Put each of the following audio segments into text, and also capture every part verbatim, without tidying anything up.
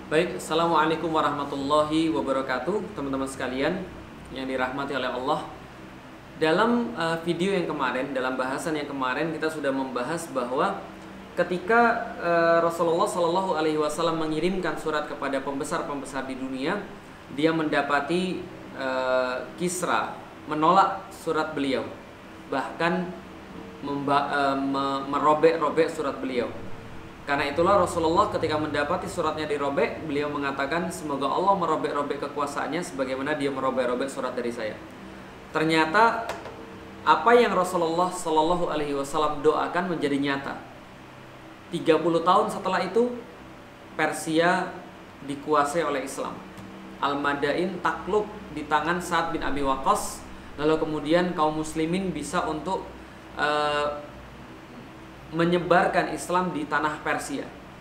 Baik, Assalamualaikum warahmatullahi wabarakatuh, teman-teman sekalian yang dirahmati oleh Allah. Dalam uh, video yang kemarin, dalam bahasan yang kemarin kita sudah membahas bahwa ketika uh, Rasulullah Shallallahu Alaihi Wasallam mengirimkan surat kepada pembesar-pembesar di dunia, dia mendapati uh, Kisra menolak surat beliau, bahkan memba- uh, me- merobek-robek surat beliau. Karena itulah Rasulullah ketika mendapati suratnya dirobek, beliau mengatakan semoga Allah merobek-robek kekuasaannya sebagaimana dia merobek-robek surat dari saya. Ternyata apa yang Rasulullah Shallallahu Alaihi Wasallam doakan menjadi nyata. tiga puluh tahun setelah itu Persia dikuasai oleh Islam. Al-Madain takluk di tangan Sa'ad bin Abi Waqqas. Lalu kemudian kaum muslimin bisa untuk uh, menyebarkan Islam di tanah Persia.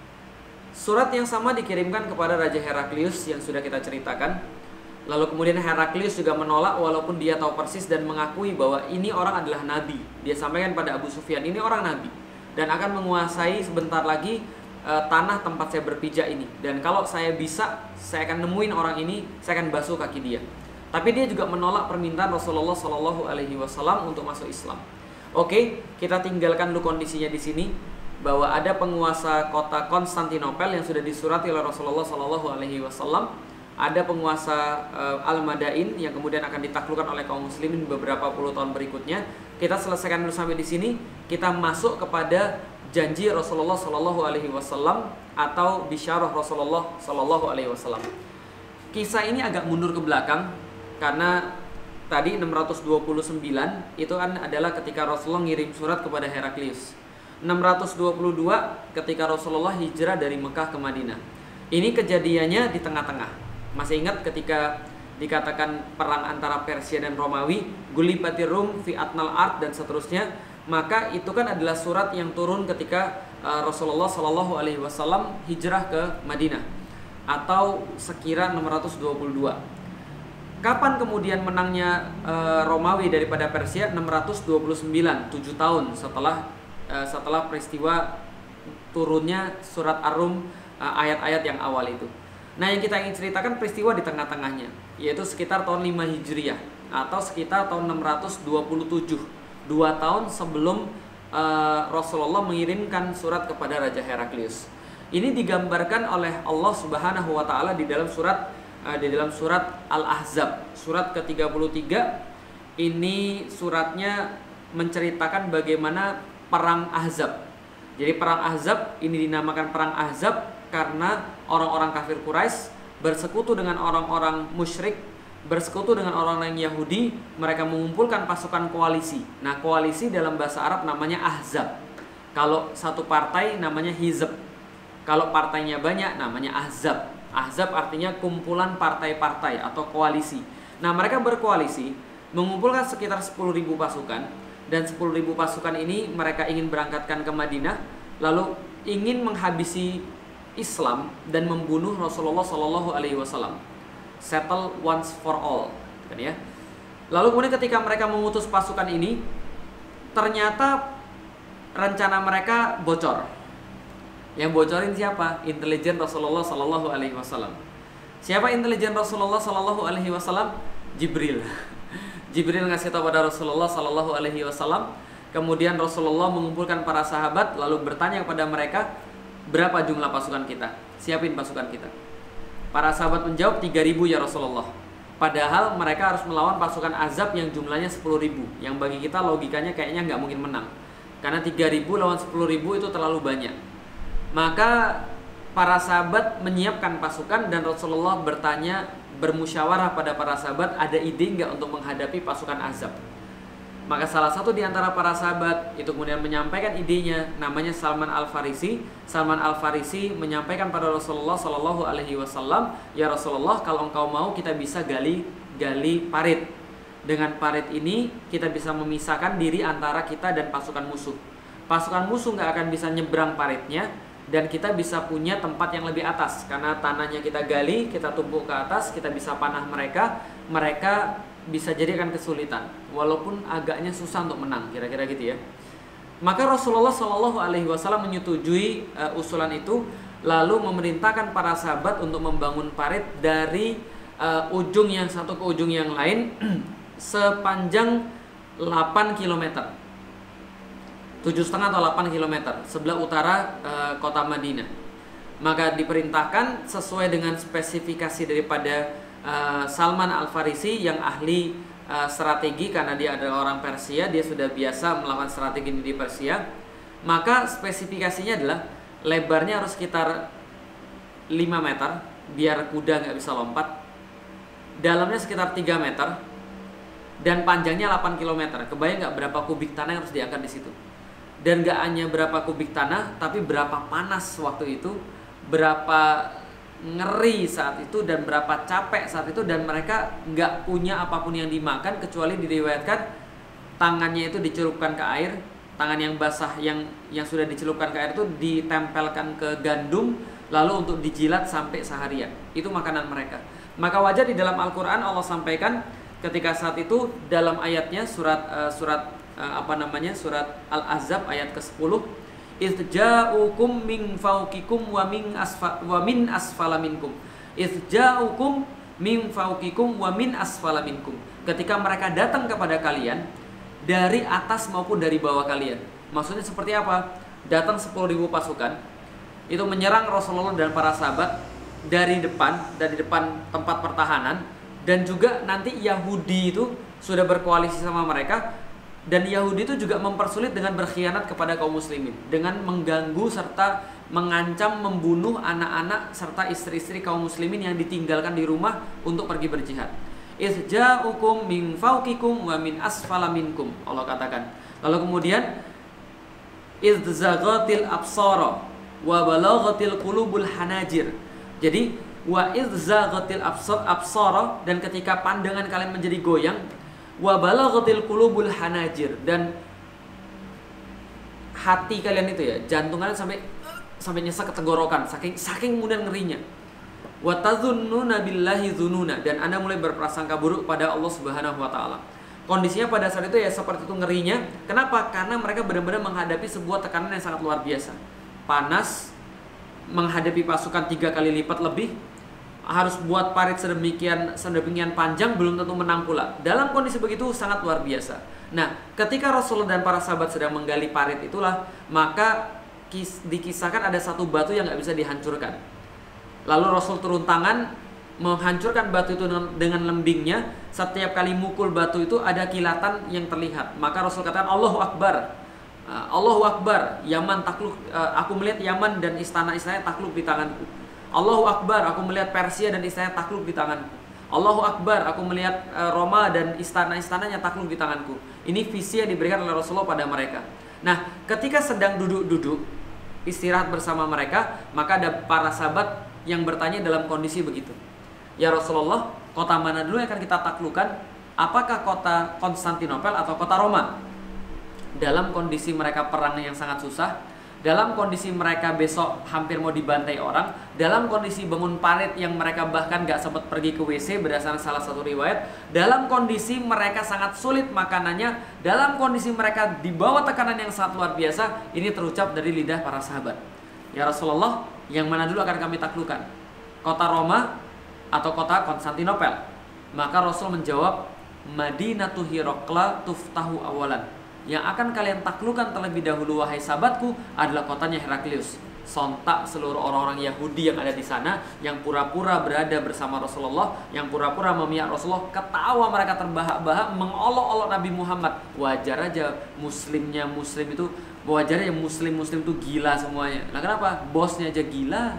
Surat yang sama dikirimkan kepada Raja Heraklius yang sudah kita ceritakan. Lalu kemudian Heraklius juga menolak walaupun dia tahu persis dan mengakui bahwa ini orang adalah nabi. Dia sampaikan pada Abu Sufyan, ini orang nabi dan akan menguasai sebentar lagi e, tanah tempat saya berpijak ini. Dan kalau saya bisa, saya akan nemuin orang ini, saya akan basuh kaki dia. Tapi dia juga menolak permintaan Rasulullah Shallallahu Alaihi Wasallam untuk masuk Islam. Oke, kita tinggalkan dulu kondisinya di sini bahwa ada penguasa kota Konstantinopel yang sudah disurati oleh Rasulullah Shallallahu Alaihi Wasallam. Ada penguasa uh, Al-Madain yang kemudian akan ditaklukkan oleh kaum muslimin beberapa puluh tahun berikutnya. Kita selesaikan dulu sampai di sini. Kita masuk kepada janji Rasulullah Shallallahu Alaihi Wasallam atau bisyarah Rasulullah Shallallahu Alaihi Wasallam. Kisah ini agak mundur ke belakang karena tadi enam ratus dua puluh sembilan itu kan adalah ketika Rasulullah ngirim surat kepada Heraklius. enam ratus dua puluh dua ketika Rasulullah hijrah dari Mekah ke Madinah. Ini kejadiannya di tengah-tengah. Masih ingat ketika dikatakan perang antara Persia dan Romawi, Gulibatir Rum fi atnal ard dan seterusnya, maka itu kan adalah surat yang turun ketika uh, Rasulullah Shallallahu Alaihi Wasallam hijrah ke Madinah atau sekira enam ratus dua puluh dua. Kapan kemudian menangnya e, Romawi daripada Persia? enam ratus dua puluh sembilan, tujuh tahun setelah e, setelah peristiwa turunnya surat Ar-Rum, e, ayat-ayat yang awal itu. Nah, yang kita ingin ceritakan peristiwa di tengah-tengahnya, yaitu sekitar tahun lima Hijriah atau sekitar tahun enam ratus dua puluh tujuh, dua tahun sebelum e, Rasulullah mengirimkan surat kepada Raja Heraklius. Ini digambarkan oleh Allah Subhanahu wa taala di dalam surat di dalam surat Al-Ahzab, surat ke tiga puluh tiga. Ini suratnya menceritakan bagaimana perang Ahzab. Jadi perang Ahzab ini dinamakan perang Ahzab karena orang-orang kafir Quraisy bersekutu dengan orang-orang musyrik, bersekutu dengan orang-orang Yahudi. Mereka mengumpulkan pasukan koalisi. Nah, koalisi dalam bahasa Arab namanya Ahzab. Kalau satu partai namanya Hizb. Kalau partainya banyak namanya Ahzab. Ahzab artinya kumpulan partai-partai atau koalisi. Nah, mereka berkoalisi mengumpulkan sekitar sepuluh ribu pasukan, dan sepuluh ribu pasukan ini mereka ingin berangkatkan ke Madinah, lalu ingin menghabisi Islam dan membunuh Rasulullah Shallallahu Alaihi Wasallam. Settle once for all, kan ya. Lalu kemudian ketika mereka mengutus pasukan ini, ternyata rencana mereka bocor. Yang bocorin siapa? Intelijen Rasulullah Sallallahu Alaihi Wasallam. Siapa intelijen Rasulullah Sallallahu Alaihi Wasallam? Jibril. Jibril ngasih tahu pada Rasulullah Sallallahu Alaihi Wasallam. Kemudian Rasulullah mengumpulkan para sahabat lalu bertanya kepada mereka, berapa jumlah pasukan kita? Siapin pasukan kita. Para sahabat menjawab tiga ribu ya Rasulullah. Padahal mereka harus melawan pasukan Ahzab yang jumlahnya sepuluh ribu. Yang bagi kita logikanya kayaknya nggak mungkin menang. Karena tiga ribu lawan sepuluh ribu itu terlalu banyak. Maka para sahabat menyiapkan pasukan dan Rasulullah bertanya, bermusyawarah pada para sahabat, ada ide nggak untuk menghadapi pasukan Ahzab? Maka salah satu di antara para sahabat itu kemudian menyampaikan idenya, namanya Salman Al-Farisi. Salman Al-Farisi menyampaikan pada Rasulullah Shallallahu Alaihi Wasallam, ya Rasulullah, kalau engkau mau kita bisa gali gali parit. Dengan parit ini kita bisa memisahkan diri antara kita dan pasukan musuh. Pasukan musuh nggak akan bisa nyebrang paritnya, dan kita bisa punya tempat yang lebih atas karena tanahnya kita gali, kita tumpuk ke atas, kita bisa panah mereka, mereka bisa jadi akan kesulitan walaupun agaknya susah untuk menang, kira-kira gitu ya. Maka Rasulullah Shallallahu Alaihi Wasallam menyetujui uh, usulan itu, lalu memerintahkan para sahabat untuk membangun parit dari uh, ujung yang satu ke ujung yang lain sepanjang delapan kilometer, tujuh setengah atau delapan kilometer sebelah utara uh, kota Madinah. Maka diperintahkan sesuai dengan spesifikasi daripada uh, Salman Al-Farisi yang ahli uh, strategi, karena dia adalah orang Persia, dia sudah biasa melakukan strategi di Persia. Maka spesifikasinya adalah lebarnya harus sekitar lima meter biar kuda nggak bisa lompat, dalamnya sekitar tiga meter, dan panjangnya delapan kilometer. Kebayang nggak berapa kubik tanah yang harus diangkat di situ? Dan nggak hanya berapa kubik tanah, tapi berapa panas waktu itu, berapa ngeri saat itu, dan berapa capek saat itu. Dan mereka nggak punya apapun yang dimakan kecuali diriwayatkan tangannya itu dicelupkan ke air, tangan yang basah yang yang sudah dicelupkan ke air itu ditempelkan ke gandum, lalu untuk dijilat sampai seharian. Itu makanan mereka. Maka wajar di dalam Al-Quran Allah sampaikan ketika saat itu dalam ayatnya surat uh, surat uh, apa namanya surat Al-Ahzab ayat ke sepuluh, Izja'ukum min fawqikum wa min asfa wa min asfala minkum. Izja'ukum min fawqikum wa min asfala minkum. Ketika mereka datang kepada kalian dari atas maupun dari bawah kalian. Maksudnya seperti apa? Datang sepuluh ribu pasukan itu menyerang Rasulullah dan para sahabat dari depan, dari depan tempat pertahanan, dan juga nanti Yahudi itu sudah berkoalisi sama mereka. Dan Yahudi itu juga mempersulit dengan berkhianat kepada kaum muslimin, dengan mengganggu serta mengancam membunuh anak-anak serta istri-istri kaum muslimin yang ditinggalkan di rumah untuk pergi berjihad. Izja'ukum min fawqikum wa min asfala minkum, Allah katakan. Lalu kemudian izzaghatil absara wa balaghatil qulubul hanajir. Jadi wa izzaghatil absara, dan ketika pandangan kalian menjadi goyang, wa balaghatil qulubul hanajir, dan hati kalian itu ya, jantung kalian sampai sampai nyesek ke tenggorokan saking saking kemudian ngerinya. Wa tazunnuna billahi dzununa, dan Anda mulai berprasangka buruk pada Allah Subhanahu wa taala. Kondisinya pada saat itu ya seperti itu ngerinya. Kenapa? Karena mereka benar-benar menghadapi sebuah tekanan yang sangat luar biasa. Panas, menghadapi pasukan tiga kali lipat lebih, harus buat parit sedemikian sedemikian panjang, belum tentu menang pula. Dalam kondisi begitu sangat luar biasa. Nah, ketika Rasulullah dan para sahabat sedang menggali parit itulah, maka kis, dikisahkan ada satu batu yang nggak bisa dihancurkan. Lalu Rasul turun tangan menghancurkan batu itu dengan, dengan lembingnya. Setiap kali mukul batu itu ada kilatan yang terlihat. Maka Rasul katakan Allahu Akbar, uh, Allahu Akbar, Yaman takluk. Uh, aku melihat Yaman dan istana-istananya takluk di tanganku. Allahu Akbar, aku melihat Persia dan istananya takluk di tanganku. Allahu Akbar, aku melihat uh, Roma dan istana-istananya takluk di tanganku. Ini visi yang diberikan oleh Rasulullah pada mereka. Nah, ketika sedang duduk-duduk istirahat bersama mereka, maka ada para sahabat yang bertanya dalam kondisi begitu. Ya Rasulullah, kota mana dulu yang akan kita taklukkan? Apakah kota Konstantinopel atau kota Roma? Dalam kondisi mereka perang yang sangat susah, dalam kondisi mereka besok hampir mau dibantai orang, dalam kondisi bangun parit yang mereka bahkan gak sempat pergi ke W C berdasarkan salah satu riwayat, dalam kondisi mereka sangat sulit makanannya, dalam kondisi mereka di bawah tekanan yang sangat luar biasa, ini terucap dari lidah para sahabat. Ya Rasulullah, yang mana dulu akan kami taklukkan? Kota Roma atau kota Konstantinopel? Maka Rasul menjawab, Madinatu Hiraqla tuftahu awalan. Yang akan kalian taklukkan terlebih dahulu wahai sahabatku adalah kotanya Heraklius. Sontak seluruh orang-orang Yahudi yang ada di sana, yang pura-pura berada bersama Rasulullah, yang pura-pura memihak Rasulullah, ketawa mereka terbahak-bahak mengolok-olok Nabi Muhammad. Wajar aja muslimnya muslim itu, wajar aja muslim-muslim itu gila semuanya. Nah kenapa? Bosnya aja gila.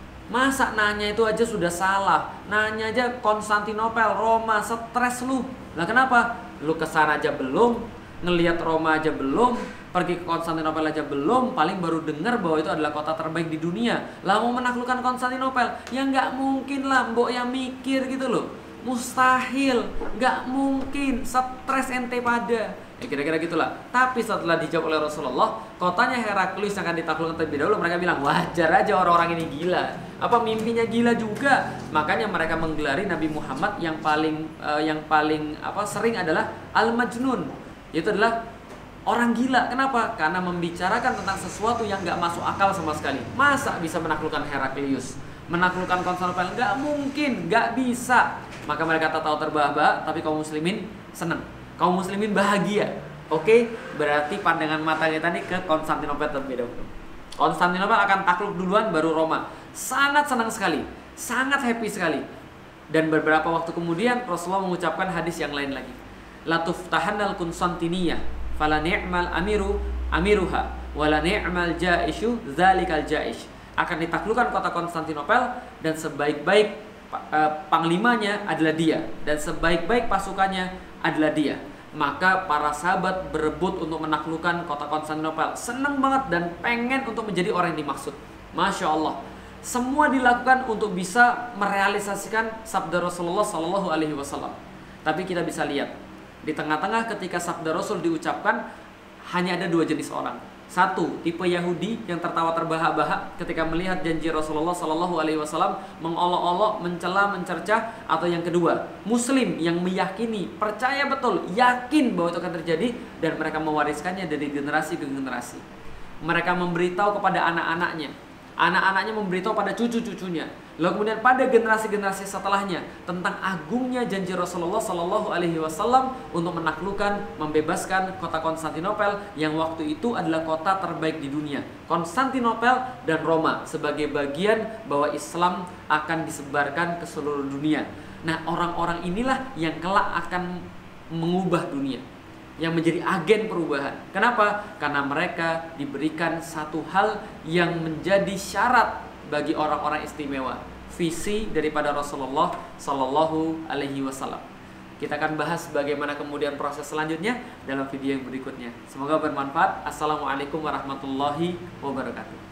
Masa nanya itu aja sudah salah. Nanya aja Konstantinopel, Roma, stres lu. Nah kenapa? Lu kesana aja belum, ngelihat Roma aja belum, pergi ke Konstantinopel aja belum, paling baru dengar bahwa itu adalah kota terbaik di dunia. Lah mau menaklukkan Konstantinopel, ya nggak mungkin lah, mbok yang mikir gitu loh. Mustahil, nggak mungkin, stres ente pada. Ya kira-kira gitulah. Tapi setelah dijawab oleh Rasulullah, kotanya Heraklius yang akan ditaklukkan terlebih dahulu, mereka bilang wajar aja orang-orang ini gila. Apa mimpinya gila juga? Makanya mereka menggelari Nabi Muhammad yang paling uh, yang paling apa sering adalah Al-Majnun. Itu adalah Orang gila, kenapa? Karena membicarakan tentang sesuatu yang gak masuk akal sama sekali. Masa bisa menaklukkan Heraklius, menaklukkan Konstantinopel? Gak mungkin, gak bisa. Maka mereka tak tahu terbahak-bahak, tapi kaum muslimin senang. Kaum muslimin bahagia. Oke, berarti pandangan mata kita nih ke Konstantinopel terlebih dahulu. Konstantinopel akan takluk duluan, baru Roma. Sangat senang sekali, sangat happy sekali. Dan beberapa waktu kemudian Rasulullah mengucapkan hadis yang lain lagi. Latuftahannal Konstantiniyah fala ni'mal amiru amiruha wala ni'mal jaishu zalikal jaish. Akan ditaklukkan kota Konstantinopel dan sebaik-baik uh, panglimanya adalah dia dan sebaik-baik pasukannya adalah dia. Maka para sahabat berebut untuk menaklukkan kota Konstantinopel. Senang banget dan pengen untuk menjadi orang yang dimaksud. Masya Allah. Semua dilakukan untuk bisa merealisasikan sabda Rasulullah Sallallahu Alaihi Wasallam. Tapi kita bisa lihat di tengah-tengah ketika sabda Rasul diucapkan, hanya ada dua jenis orang. Satu, tipe Yahudi yang tertawa terbahak-bahak ketika melihat janji Rasulullah Sallallahu Alaihi Wasallam, mengolok-olok, mencela, mencerca. Atau yang kedua, Muslim yang meyakini, percaya betul, yakin bahwa itu akan terjadi, dan mereka mewariskannya dari generasi ke generasi. Mereka memberitahu kepada anak-anaknya, anak-anaknya memberitahu pada cucu-cucunya, lalu kemudian pada generasi-generasi setelahnya tentang agungnya janji Rasulullah Sallallahu Alaihi Wasallam untuk menaklukkan, membebaskan kota Konstantinopel yang waktu itu adalah kota terbaik di dunia. Konstantinopel dan Roma sebagai bagian bahwa Islam akan disebarkan ke seluruh dunia. Nah, orang-orang inilah yang kelak akan mengubah dunia, yang menjadi agen perubahan. Kenapa? Karena mereka diberikan satu hal yang menjadi syarat bagi orang-orang istimewa, visi daripada Rasulullah Sallallahu Alaihi Wasallam. Kita akan bahas bagaimana kemudian proses selanjutnya dalam video yang berikutnya. Semoga bermanfaat. Assalamualaikum warahmatullahi wabarakatuh.